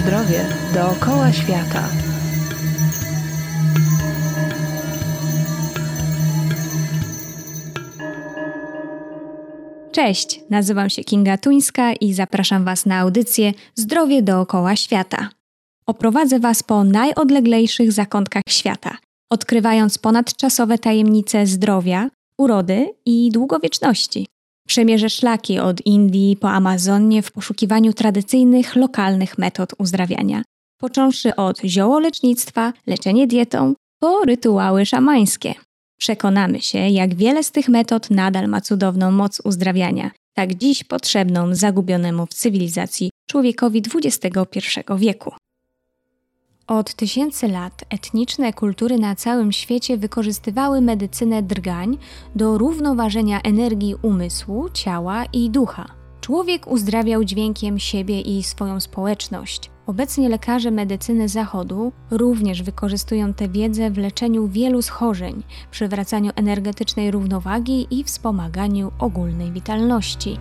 zdrowie dookoła świata. Cześć, nazywam się Kinga Tuńska i zapraszam Was na audycję Zdrowie dookoła świata. Oprowadzę Was po najodleglejszych zakątkach świata, odkrywając ponadczasowe tajemnice zdrowia, urody i długowieczności. Przemierzę szlaki od Indii po Amazonię w poszukiwaniu tradycyjnych, lokalnych metod uzdrawiania. Począwszy od ziołolecznictwa, leczenie dietą, po rytuały szamańskie. Przekonamy się, jak wiele z tych metod nadal ma cudowną moc uzdrawiania, tak dziś potrzebną zagubionemu w cywilizacji człowiekowi XXI wieku. Od tysięcy lat etniczne kultury na całym świecie wykorzystywały medycynę drgań do równoważenia energii umysłu, ciała i ducha. Człowiek uzdrawiał dźwiękiem siebie i swoją społeczność. Obecnie lekarze medycyny zachodu również wykorzystują tę wiedzę w leczeniu wielu schorzeń, przywracaniu energetycznej równowagi i wspomaganiu ogólnej witalności.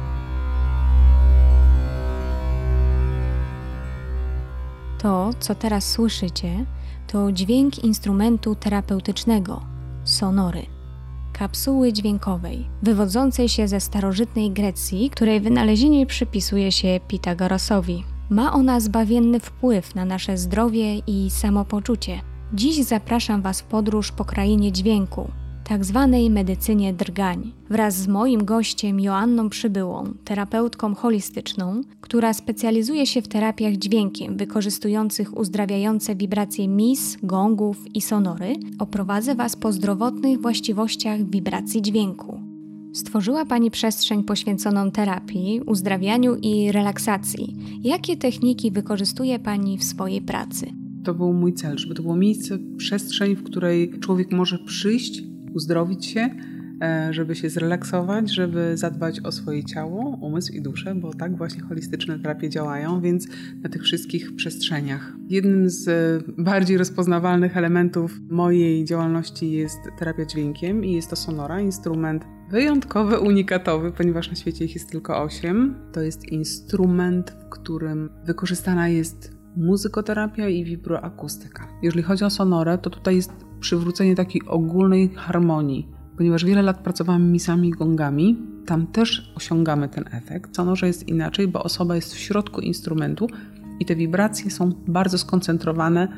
To, co teraz słyszycie, to dźwięk instrumentu terapeutycznego – sonory. Kapsuły dźwiękowej, wywodzącej się ze starożytnej Grecji, której wynalezienie przypisuje się Pitagorosowi. Ma ona zbawienny wpływ na nasze zdrowie i samopoczucie. Dziś zapraszam Was w podróż po krainie dźwięku, tak zwanej medycynie drgań, wraz z moim gościem Joanną Przybyłą, terapeutką holistyczną, która specjalizuje się w terapiach dźwiękiem wykorzystujących uzdrawiające wibracje mis, gongów i sonory. Oprowadzę Was po zdrowotnych właściwościach wibracji dźwięku. Stworzyła Pani przestrzeń poświęconą terapii, uzdrawianiu i relaksacji. Jakie techniki wykorzystuje Pani w swojej pracy? To był mój cel, żeby to było miejsce, przestrzeń, w której człowiek może przyjść, uzdrowić się, żeby się zrelaksować, żeby zadbać o swoje ciało, umysł i duszę, bo tak właśnie holistyczne terapie działają, więc na tych wszystkich przestrzeniach. Jednym z bardziej rozpoznawalnych elementów mojej działalności jest terapia dźwiękiem i jest to sonora, instrument wyjątkowy, unikatowy, ponieważ na świecie ich jest tylko 8. To jest instrument, w którym wykorzystana jest muzykoterapia i vibroakustyka. Jeżeli chodzi o sonorę, to tutaj jest przywrócenie takiej ogólnej harmonii. Ponieważ wiele lat pracowałam misami i gongami, tam też osiągamy ten efekt. W sonorze jest inaczej, bo osoba jest w środku instrumentu i te wibracje są bardzo skoncentrowane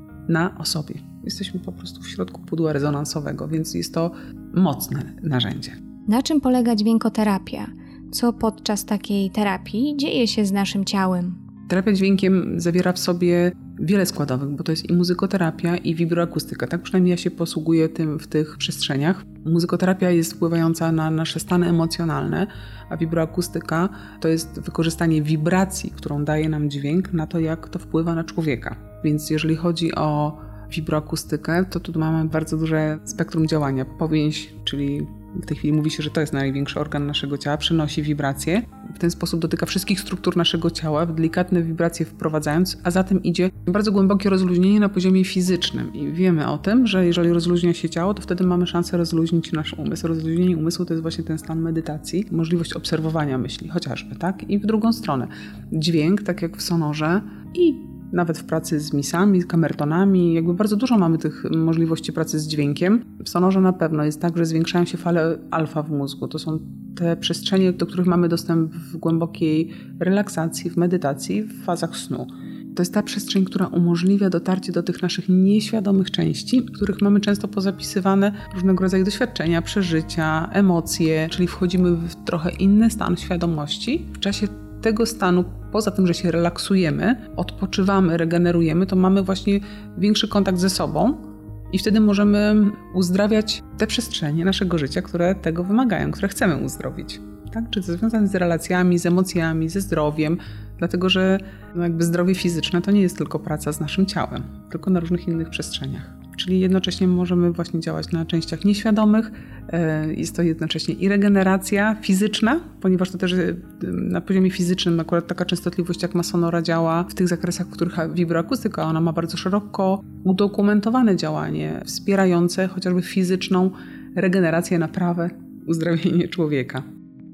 na osobie. Jesteśmy po prostu w środku pudła rezonansowego, więc jest to mocne narzędzie. Na czym polega dźwiękoterapia? Co podczas takiej terapii dzieje się z naszym ciałem? Terapia dźwiękiem zawiera w sobie wiele składowych, bo to jest i muzykoterapia, i vibroakustyka. Tak przynajmniej ja się posługuję tym w tych przestrzeniach. Muzykoterapia jest wpływająca na nasze stany emocjonalne, a vibroakustyka to jest wykorzystanie wibracji, którą daje nam dźwięk, na to, jak to wpływa na człowieka. Więc jeżeli chodzi o vibroakustykę, to tu mamy bardzo duże spektrum działania. Powięź, czyli w tej chwili mówi się, że to jest największy organ naszego ciała, przenosi wibracje. W ten sposób dotyka wszystkich struktur naszego ciała, delikatne wibracje wprowadzając, a za tym idzie bardzo głębokie rozluźnienie na poziomie fizycznym. I wiemy o tym, że jeżeli rozluźnia się ciało, to wtedy mamy szansę rozluźnić nasz umysł. Rozluźnienie umysłu to jest właśnie ten stan medytacji, możliwość obserwowania myśli, chociażby, tak? I w drugą stronę. Dźwięk, tak jak w sonorze i nawet w pracy z misami, z kamertonami, jakby bardzo dużo mamy tych możliwości pracy z dźwiękiem. W sonorze na pewno jest tak, że zwiększają się fale alfa w mózgu. To są te przestrzenie, do których mamy dostęp w głębokiej relaksacji, w medytacji, w fazach snu. To jest ta przestrzeń, która umożliwia dotarcie do tych naszych nieświadomych części, których mamy często pozapisywane różnego rodzaju doświadczenia, przeżycia, emocje, czyli wchodzimy w trochę inny stan świadomości. W czasie tego stanu, poza tym, że się relaksujemy, odpoczywamy, regenerujemy, to mamy właśnie większy kontakt ze sobą i wtedy możemy uzdrawiać te przestrzenie naszego życia, które tego wymagają, które chcemy uzdrowić. Tak? Czy to związane z relacjami, z emocjami, ze zdrowiem, dlatego że jakby zdrowie fizyczne to nie jest tylko praca z naszym ciałem, tylko na różnych innych przestrzeniach. Czyli jednocześnie możemy właśnie działać na częściach nieświadomych. Jest to jednocześnie i regeneracja fizyczna, ponieważ to też na poziomie fizycznym akurat taka częstotliwość jak ma sonora działa w tych zakresach, w których vibroakustyka, ona ma bardzo szeroko udokumentowane działanie wspierające chociażby fizyczną regenerację, naprawę, uzdrowienie człowieka.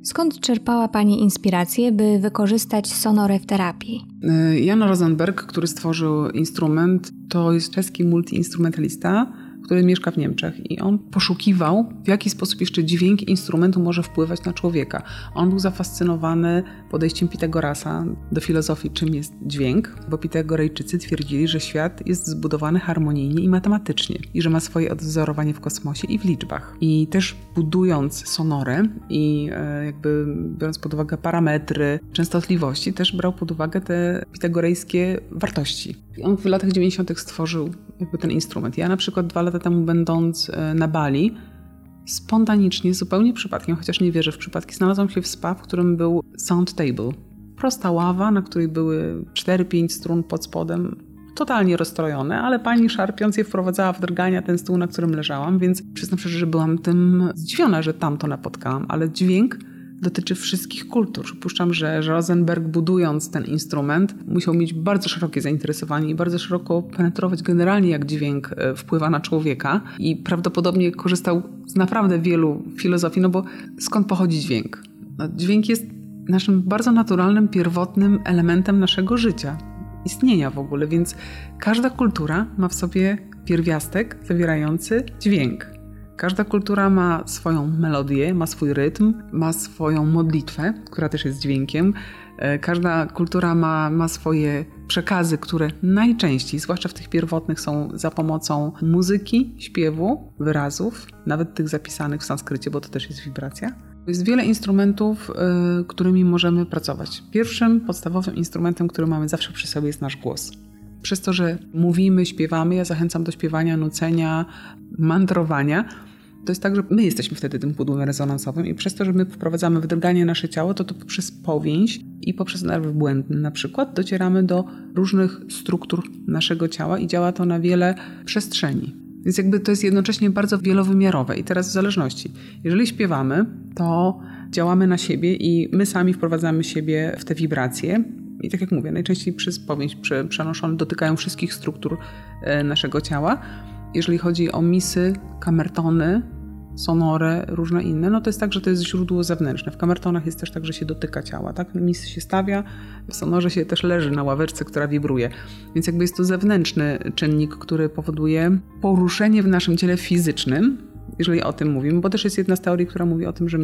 Skąd czerpała Pani inspirację, by wykorzystać sonorę w terapii? Jan Rosenberg, który stworzył instrument, to jest czeski multiinstrumentalista, który mieszka w Niemczech i on poszukiwał, w jaki sposób jeszcze dźwięk instrumentu może wpływać na człowieka. On był zafascynowany podejściem Pitagorasa do filozofii, czym jest dźwięk, bo Pitagorejczycy twierdzili, że świat jest zbudowany harmonijnie i matematycznie i że ma swoje odwzorowanie w kosmosie i w liczbach. I też budując sonorę i jakby biorąc pod uwagę parametry częstotliwości, też brał pod uwagę te pitagorejskie wartości. I on w latach 90. stworzył jakby ten instrument. Ja na przykład 2 lata temu, będąc na Bali, spontanicznie, zupełnie przypadkiem, chociaż nie wierzę w przypadki, znalazłam się w spa, w którym był sound table. Prosta ława, na której były 4-5 strun pod spodem, totalnie rozstrojone, ale pani szarpiąc je wprowadzała w drgania ten stół, na którym leżałam, więc przyznam szczerze, że byłam tym zdziwiona, że tam to napotkałam, ale dźwięk dotyczy wszystkich kultur. Przypuszczam, że Rosenberg, budując ten instrument, musiał mieć bardzo szerokie zainteresowanie i bardzo szeroko penetrować generalnie, jak dźwięk wpływa na człowieka i prawdopodobnie korzystał z naprawdę wielu filozofii, no bo skąd pochodzi dźwięk? No, dźwięk jest naszym bardzo naturalnym, pierwotnym elementem naszego życia, istnienia w ogóle, więc każda kultura ma w sobie pierwiastek zawierający dźwięk. Każda kultura ma swoją melodię, ma swój rytm, ma swoją modlitwę, która też jest dźwiękiem. Każda kultura ma swoje przekazy, które najczęściej, zwłaszcza w tych pierwotnych, są za pomocą muzyki, śpiewu, wyrazów, nawet tych zapisanych w sanskrycie, bo to też jest wibracja. Jest wiele instrumentów, którymi możemy pracować. Pierwszym podstawowym instrumentem, który mamy zawsze przy sobie, jest nasz głos. Przez to, że mówimy, śpiewamy, ja zachęcam do śpiewania, nucenia, mantrowania. To jest tak, że my jesteśmy wtedy tym pudłem rezonansowym i przez to, że my wprowadzamy w drganie nasze ciało, to poprzez powięź i poprzez nerw błędny na przykład docieramy do różnych struktur naszego ciała i działa to na wiele przestrzeni. Więc jakby to jest jednocześnie bardzo wielowymiarowe. I teraz w zależności, jeżeli śpiewamy, to działamy na siebie i my sami wprowadzamy siebie w te wibracje. I tak jak mówię, najczęściej przez powięź przenoszone dotykają wszystkich struktur naszego ciała. Jeżeli chodzi o misy, kamertony, sonorę, różne inne, no to jest tak, że to jest źródło zewnętrzne. W kamertonach jest też tak, że się dotyka ciała, tak? Mis się stawia, w sonorze się też leży na ławeczce, która wibruje. Więc jakby jest to zewnętrzny czynnik, który powoduje poruszenie w naszym ciele fizycznym, jeżeli o tym mówimy, bo też jest jedna z teorii, która mówi o tym, że my w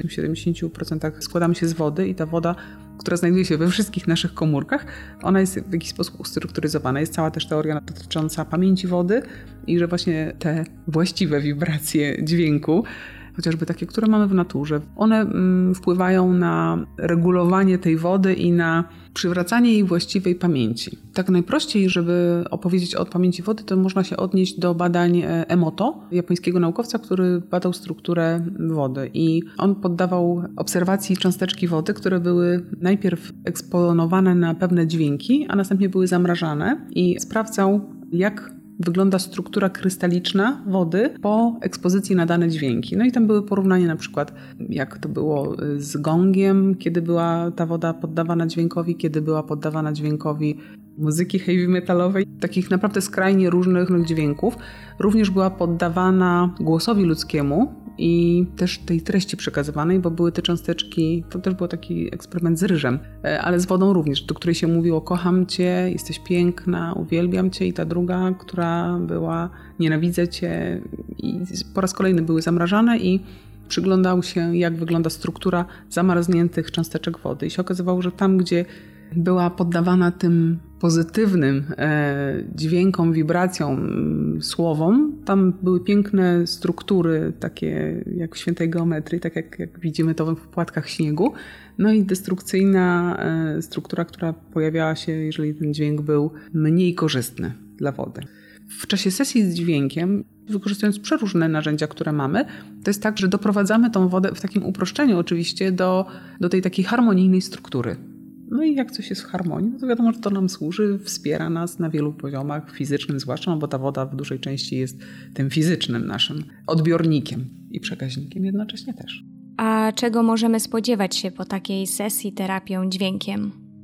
70% składamy się z wody i ta woda, która znajduje się we wszystkich naszych komórkach, ona jest w jakiś sposób ustrukturyzowana. Jest cała też teoria dotycząca pamięci wody i że właśnie te właściwe wibracje dźwięku, chociażby takie, które mamy w naturze, one wpływają na regulowanie tej wody i na przywracanie jej właściwej pamięci. Tak najprościej, żeby opowiedzieć o pamięci wody, to można się odnieść do badań Emoto, japońskiego naukowca, który badał strukturę wody i on poddawał obserwacji cząsteczki wody, które były najpierw eksponowane na pewne dźwięki, a następnie były zamrażane i sprawdzał, jak wygląda struktura krystaliczna wody po ekspozycji na dane dźwięki. No i tam były porównania na przykład, jak to było z gongiem, kiedy była ta woda poddawana dźwiękowi, kiedy była poddawana dźwiękowi muzyki heavy metalowej, takich naprawdę skrajnie różnych dźwięków. Również była poddawana głosowi ludzkiemu i też tej treści przekazywanej, bo były te cząsteczki, to też był taki eksperyment z ryżem, ale z wodą również, do której się mówiło: kocham cię, jesteś piękna, uwielbiam cię, i ta druga, która była: nienawidzę cię, i po raz kolejny były zamrażane i przyglądał się, jak wygląda struktura zamarzniętych cząsteczek wody i się okazywało, że tam, gdzie była poddawana tym pozytywnym dźwiękom, wibracjom, słowom, tam były piękne struktury, takie jak w świętej geometrii, tak jak widzimy to w płatkach śniegu. No i destrukcyjna struktura, która pojawiała się, jeżeli ten dźwięk był mniej korzystny dla wody. W czasie sesji z dźwiękiem, wykorzystując przeróżne narzędzia, które mamy, to jest tak, że doprowadzamy tą wodę, w takim uproszczeniu oczywiście, do tej takiej harmonijnej struktury. No i jak coś jest w harmonii, no to wiadomo, że to nam służy, wspiera nas na wielu poziomach, fizycznym zwłaszcza, no bo ta woda w dużej części jest tym fizycznym naszym odbiornikiem i przekaźnikiem jednocześnie też. A czego możemy spodziewać się po takiej sesji terapią dźwiękiem?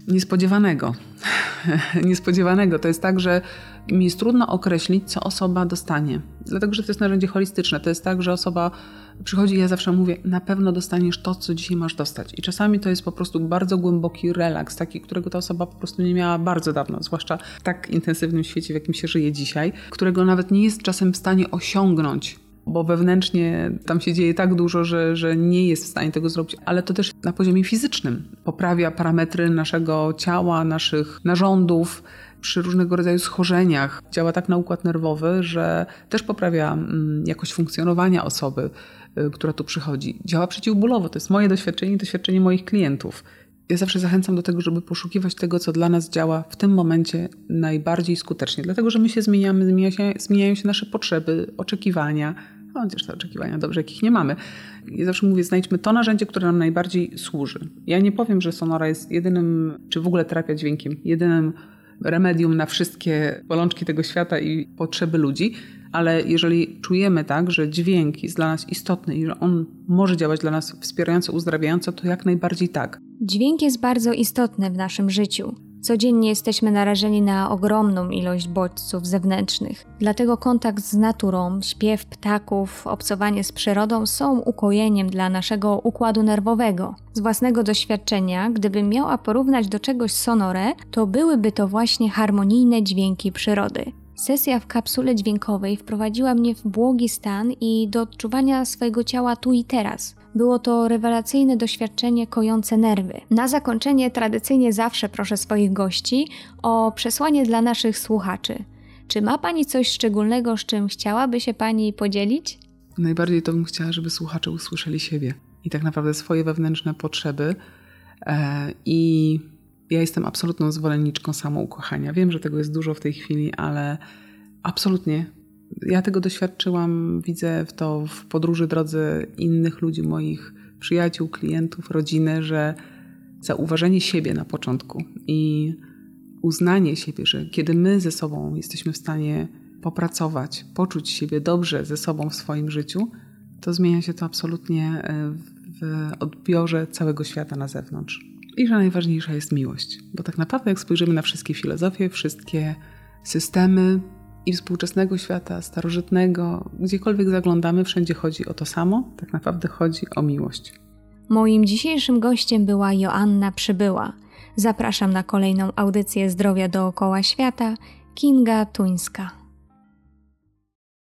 Niespodziewanego. Niespodziewanego. To jest tak, że mi jest trudno określić, co osoba dostanie. Dlatego, że to jest narzędzie holistyczne. To jest tak, że osoba przychodzi i ja zawsze mówię, na pewno dostaniesz to, co dzisiaj masz dostać. I czasami to jest po prostu bardzo głęboki relaks, taki, którego ta osoba po prostu nie miała bardzo dawno, zwłaszcza w tak intensywnym świecie, w jakim się żyje dzisiaj, którego nawet nie jest czasem w stanie osiągnąć, bo wewnętrznie tam się dzieje tak dużo, że nie jest w stanie tego zrobić, ale to też na poziomie fizycznym. Poprawia parametry naszego ciała, naszych narządów, przy różnego rodzaju schorzeniach. Działa tak na układ nerwowy, że też poprawia jakość funkcjonowania osoby, która tu przychodzi. Działa przeciwbólowo. To jest moje doświadczenie i doświadczenie moich klientów. Ja zawsze zachęcam do tego, żeby poszukiwać tego, co dla nas działa w tym momencie najbardziej skutecznie. Dlatego, że my się zmieniamy, zmieniają się nasze potrzeby, oczekiwania. Chociaż te oczekiwania dobrze, jakich nie mamy. Ja zawsze mówię, znajdźmy to narzędzie, które nam najbardziej służy. Ja nie powiem, że Sonora jest jedynym, czy w ogóle terapia dźwiękiem, jedynym remedium na wszystkie bolączki tego świata i potrzeby ludzi, ale jeżeli czujemy tak, że dźwięk jest dla nas istotny i że on może działać dla nas wspierająco, uzdrawiająco, to jak najbardziej tak. Dźwięk jest bardzo istotny w naszym życiu. Codziennie jesteśmy narażeni na ogromną ilość bodźców zewnętrznych. Dlatego kontakt z naturą, śpiew ptaków, obcowanie z przyrodą są ukojeniem dla naszego układu nerwowego. Z własnego doświadczenia, gdybym miała porównać do czegoś sonorę, to byłyby to właśnie harmonijne dźwięki przyrody. Sesja w kapsule dźwiękowej wprowadziła mnie w błogi stan i do odczuwania swojego ciała tu i teraz. Było to rewelacyjne doświadczenie kojące nerwy. Na zakończenie tradycyjnie zawsze proszę swoich gości o przesłanie dla naszych słuchaczy. Czy ma Pani coś szczególnego, z czym chciałaby się Pani podzielić? Najbardziej to bym chciała, żeby słuchacze usłyszeli siebie i tak naprawdę swoje wewnętrzne potrzeby. I ja jestem absolutną zwolenniczką samoukochania. Wiem, że tego jest dużo w tej chwili, ale absolutnie. Ja tego doświadczyłam, widzę to w podróży drodze innych ludzi, moich przyjaciół, klientów, rodziny, że zauważenie siebie na początku i uznanie siebie, że kiedy my ze sobą jesteśmy w stanie popracować, poczuć siebie dobrze ze sobą w swoim życiu, to zmienia się to absolutnie w odbiorze całego świata na zewnątrz. I że najważniejsza jest miłość, bo tak naprawdę jak spojrzymy na wszystkie filozofie, wszystkie systemy i współczesnego świata, starożytnego, gdziekolwiek zaglądamy, wszędzie chodzi o to samo, tak naprawdę chodzi o miłość. Moim dzisiejszym gościem była Joanna Przybyła. Zapraszam na kolejną audycję Zdrowia dookoła świata, Kinga Tuńska.